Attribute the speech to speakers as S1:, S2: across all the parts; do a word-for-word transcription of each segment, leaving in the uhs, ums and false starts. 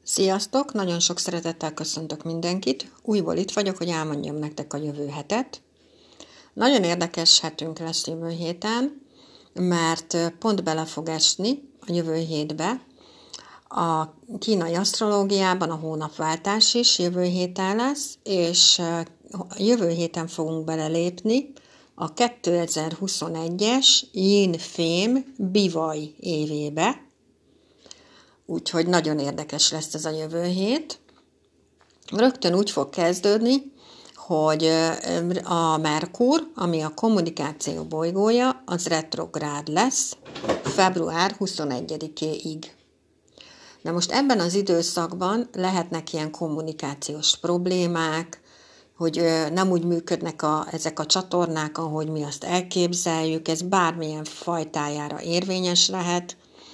S1: Sziasztok! Nagyon sok szeretettel köszöntök mindenkit. Újból itt vagyok, hogy elmondjam nektek a jövő hetet. Nagyon érdekes hetünk lesz jövő héten, mert pont bele fog esni a jövő hétbe. A kínai asztrológiában a hónapváltás is jövő héten lesz, és jövő héten fogunk belelépni a kétezer-huszonegyes Yin-Fém Bivaj évébe. Úgyhogy nagyon érdekes lesz ez a jövő hét. Rögtön úgy fog kezdődni, hogy a Merkur, ami a kommunikáció bolygója, az retrográd lesz február huszonegyedikéig. Na most ebben az időszakban lehetnek ilyen kommunikációs problémák, hogy nem úgy működnek a, ezek a csatornák, ahogy mi azt elképzeljük, ez bármilyen fajtájára érvényes lehet,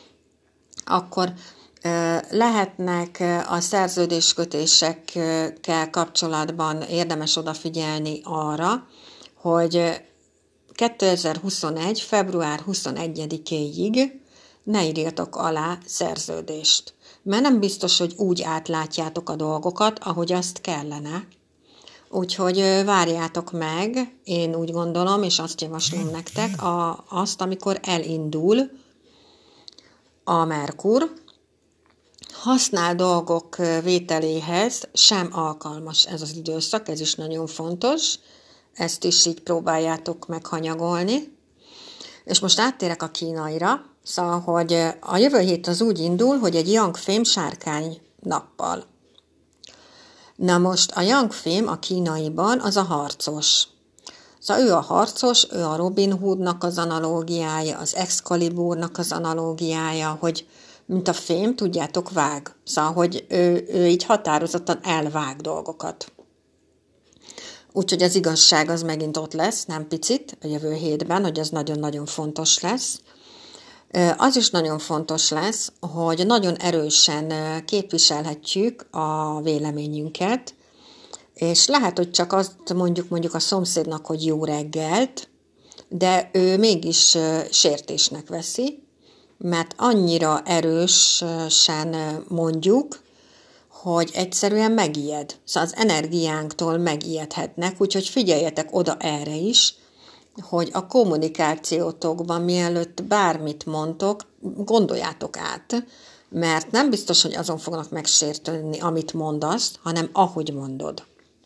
S1: akkor lehetnek a szerződéskötésekkel kapcsolatban érdemes odafigyelni arra, hogy kétezer-huszonegy. február huszonegyedikéig ne írjatok alá szerződést, mert nem biztos, hogy úgy átlátjátok a dolgokat, ahogy azt kellene. Úgyhogy várjátok meg, én úgy gondolom, és azt javaslom nektek, a, azt, amikor elindul a Merkur, használ dolgok vételéhez sem alkalmas ez az időszak, ez is nagyon fontos, ezt is így próbáljátok meghanyagolni. És most áttérek a kínaira, szóval, hogy a jövő hét az úgy indul, hogy egy Yang-Fém sárkány nappal. Na most a Yang-Fém a kínaiban az a harcos. Szóval ő a harcos, ő a Robin Hoodnak az analógiája, az Excaliburnak az analógiája, hogy mint a fém, tudjátok, vág. Szóval, hogy ő, ő így határozottan elvág dolgokat. Úgyhogy az igazság az megint ott lesz, nem picit, a jövő hétben, hogy ez nagyon-nagyon fontos lesz. Az is nagyon fontos lesz, hogy nagyon erősen képviselhetjük a véleményünket, és lehet, hogy csak azt mondjuk mondjuk a szomszédnak, hogy jó reggelt, de ő mégis sértésnek veszi, mert annyira erősen mondjuk, hogy egyszerűen megijed. Szóval az energiánktól megijedhetnek, úgyhogy figyeljetek oda erre is, hogy a kommunikációtokban mielőtt bármit mondtok, gondoljátok át, mert nem biztos, hogy azon fognak megsértődni, amit mondasz, hanem ahogy mondod.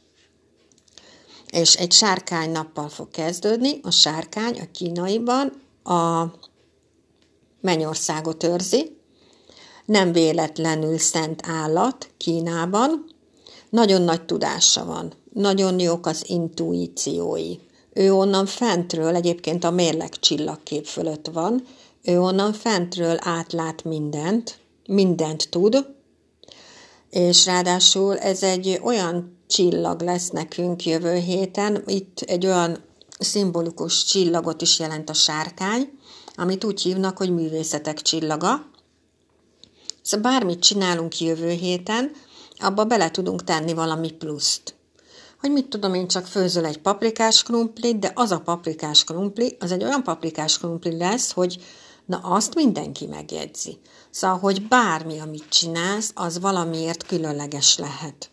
S1: És egy sárkány nappal fog kezdődni, a sárkány a kínaiban a mennyországot őrzi, nem véletlenül szent állat Kínában, nagyon nagy tudása van, nagyon jók az intuíciói. Ő onnan fentről, egyébként a mérleg csillagkép fölött van, ő onnan fentről átlát mindent, mindent tud, és ráadásul ez egy olyan csillag lesz nekünk jövő héten, itt egy olyan szimbolikus csillagot is jelent a sárkány, amit úgy hívnak, hogy művészetek csillaga. Szóval bármit csinálunk jövő héten, abba bele tudunk tenni valami pluszt. Hogy mit tudom, én csak főzöl egy paprikás krumplit, de az a paprikás krumpli, az egy olyan paprikás krumpli lesz, hogy na azt mindenki megjegyzi. Szóval, hogy bármi, amit csinálsz, az valamiért különleges lehet.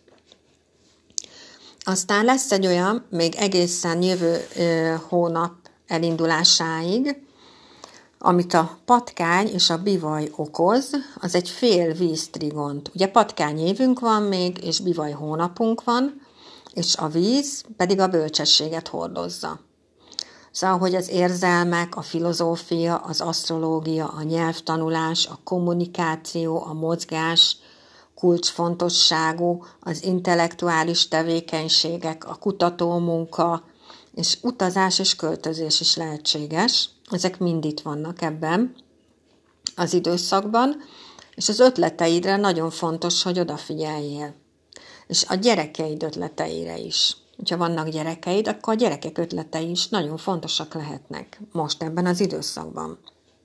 S1: Aztán lesz egy olyan, még egészen jövő ö, hónap elindulásáig, amit a patkány és a bivaj okoz, az egy fél víztrigont. Ugye patkány évünk van még, és bivaj hónapunk van, és a víz pedig a bölcsességet hordozza. Szóval, hogy az érzelmek, a filozófia, az asztrológia, a nyelvtanulás, a kommunikáció, a mozgás, kulcsfontosságú, az intellektuális tevékenységek, a kutatómunka, és utazás és költözés is lehetséges. Ezek mind itt vannak ebben az időszakban, és az ötleteidre nagyon fontos, hogy odafigyeljél. És a gyerekeid ötleteire is. Ha vannak gyerekeid, akkor a gyerekek ötletei is nagyon fontosak lehetnek most ebben az időszakban.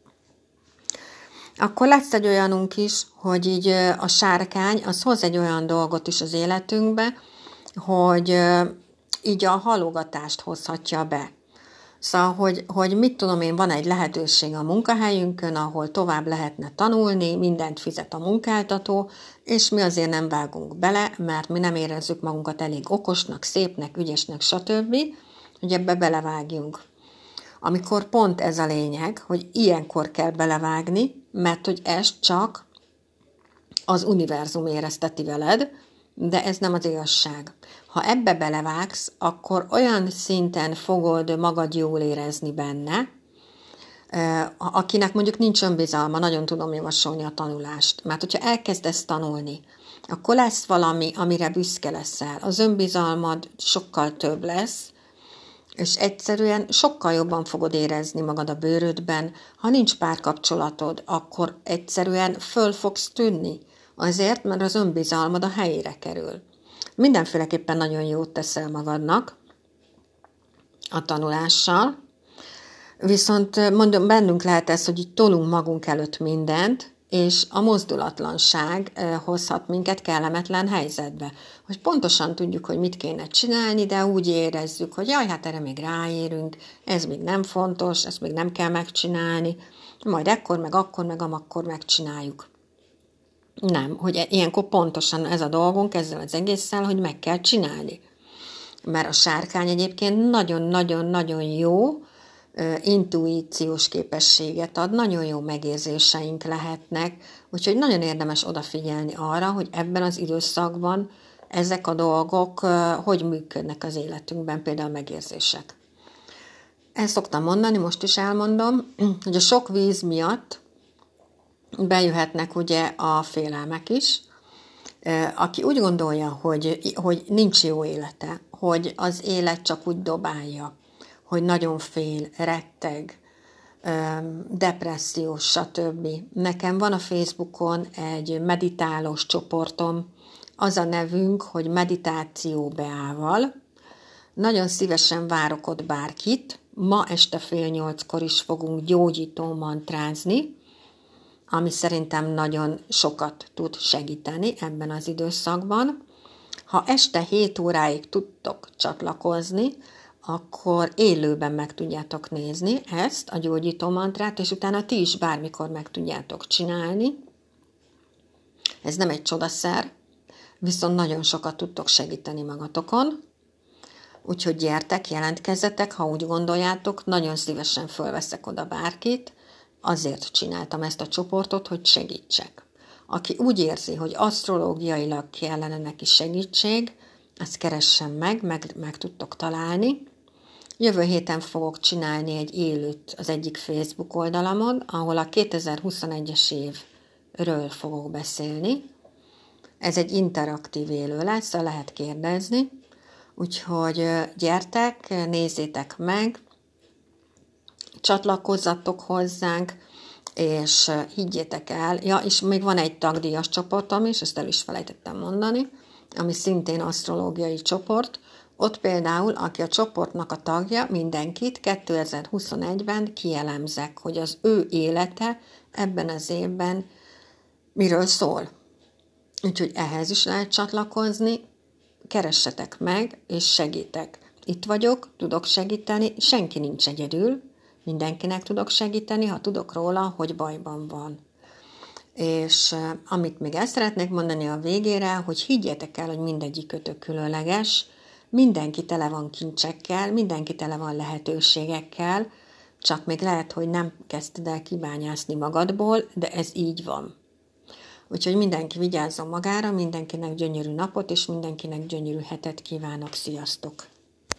S1: Akkor lesz egy olyanunk is, hogy így a sárkány, az hoz egy olyan dolgot is az életünkbe, hogy így a halogatást hozhatja be. Szóval, hogy, hogy mit tudom én, van egy lehetőség a munkahelyünkön, ahol tovább lehetne tanulni, mindent fizet a munkáltató, és mi azért nem vágunk bele, mert mi nem érezzük magunkat elég okosnak, szépnek, ügyesnek, stb., hogy ebbe belevágjunk. Amikor pont ez a lényeg, hogy ilyenkor kell belevágni, mert hogy ez csak az univerzum érezteti veled, de ez nem az igazság. Ha ebbe belevágsz, akkor olyan szinten fogod magad jól érezni benne, akinek mondjuk nincs önbizalma, nagyon tudom javasolni a tanulást. Mert hogyha elkezdesz tanulni, akkor lesz valami, amire büszke leszel. Az önbizalmad sokkal több lesz, és egyszerűen sokkal jobban fogod érezni magad a bőrödben. Ha nincs párkapcsolatod, akkor egyszerűen föl fogsz tűnni. Azért, mert az önbizalmad a helyére kerül. Mindenféleképpen nagyon jót teszel magadnak a tanulással, viszont mondom, bennünk lehet ez, hogy így tolunk magunk előtt mindent, és a mozdulatlanság hozhat minket kellemetlen helyzetbe. Hogy pontosan tudjuk, hogy mit kéne csinálni, de úgy érezzük, hogy jaj, hát erre még ráérünk, ez még nem fontos, ezt még nem kell megcsinálni, majd ekkor, meg akkor, meg amakkor megcsináljuk. Nem, hogy ilyenkor pontosan ez a dolgunk ezzel az egésszel, hogy meg kell csinálni. Mert a sárkány egyébként nagyon-nagyon-nagyon jó intuíciós képességet ad, nagyon jó megérzéseink lehetnek, úgyhogy nagyon érdemes odafigyelni arra, hogy ebben az időszakban ezek a dolgok hogy működnek az életünkben, például a megérzések. Ezt szoktam mondani, most is elmondom, hogy a sok víz miatt bejöhetnek ugye a félelmek is. Aki úgy gondolja, hogy, hogy nincs jó élete, hogy az élet csak úgy dobálja, hogy nagyon fél, retteg, depressziós, stb. Nekem van a Facebookon egy meditálós csoportom, az a nevünk, hogy meditáció Beával. Nagyon szívesen várok ott bárkit. Ma este fél nyolckor is fogunk gyógyító mantrázni, ami szerintem nagyon sokat tud segíteni ebben az időszakban. Ha este hét óráig tudtok csatlakozni, akkor élőben meg tudjátok nézni ezt, a gyógyító mantrát, és utána ti is bármikor meg tudjátok csinálni. Ez nem egy csodaszer, viszont nagyon sokat tudtok segíteni magatokon. Úgyhogy gyertek, jelentkezzetek, ha úgy gondoljátok, nagyon szívesen fölveszek oda bárkit. Azért csináltam ezt a csoportot, hogy segítsek. Aki úgy érzi, hogy asztrológiailag kellene neki segítség, azt keressen meg, meg, meg tudtok találni. Jövő héten fogok csinálni egy élőt az egyik Facebook oldalamon, ahol a kétezer-huszonegyes évről fogok beszélni. Ez egy interaktív élő lesz, lehet kérdezni. Úgyhogy gyertek, nézzétek meg, csatlakozzatok hozzánk, és higgyétek el, ja, és még van egy tagdíjas csoportom is, ezt el is felejtettem mondani, ami szintén asztrológiai csoport. Ott például, aki a csoportnak a tagja, mindenkit kétezer-huszonegyben kielemzek, hogy az ő élete ebben az évben miről szól. Úgyhogy ehhez is lehet csatlakozni, keressetek meg, és segítek. Itt vagyok, tudok segíteni, senki nincs egyedül, mindenkinek tudok segíteni, ha tudok róla, hogy bajban van. És amit még el szeretnék mondani a végére, hogy higgyétek el, hogy mindegyik különleges, mindenki tele van kincsekkel, mindenki tele van lehetőségekkel, csak még lehet, hogy nem kezdted el kibányászni magadból, de ez így van. Úgyhogy mindenki vigyázzon magára, mindenkinek gyönyörű napot, és mindenkinek gyönyörű hetet kívánok. Sziasztok!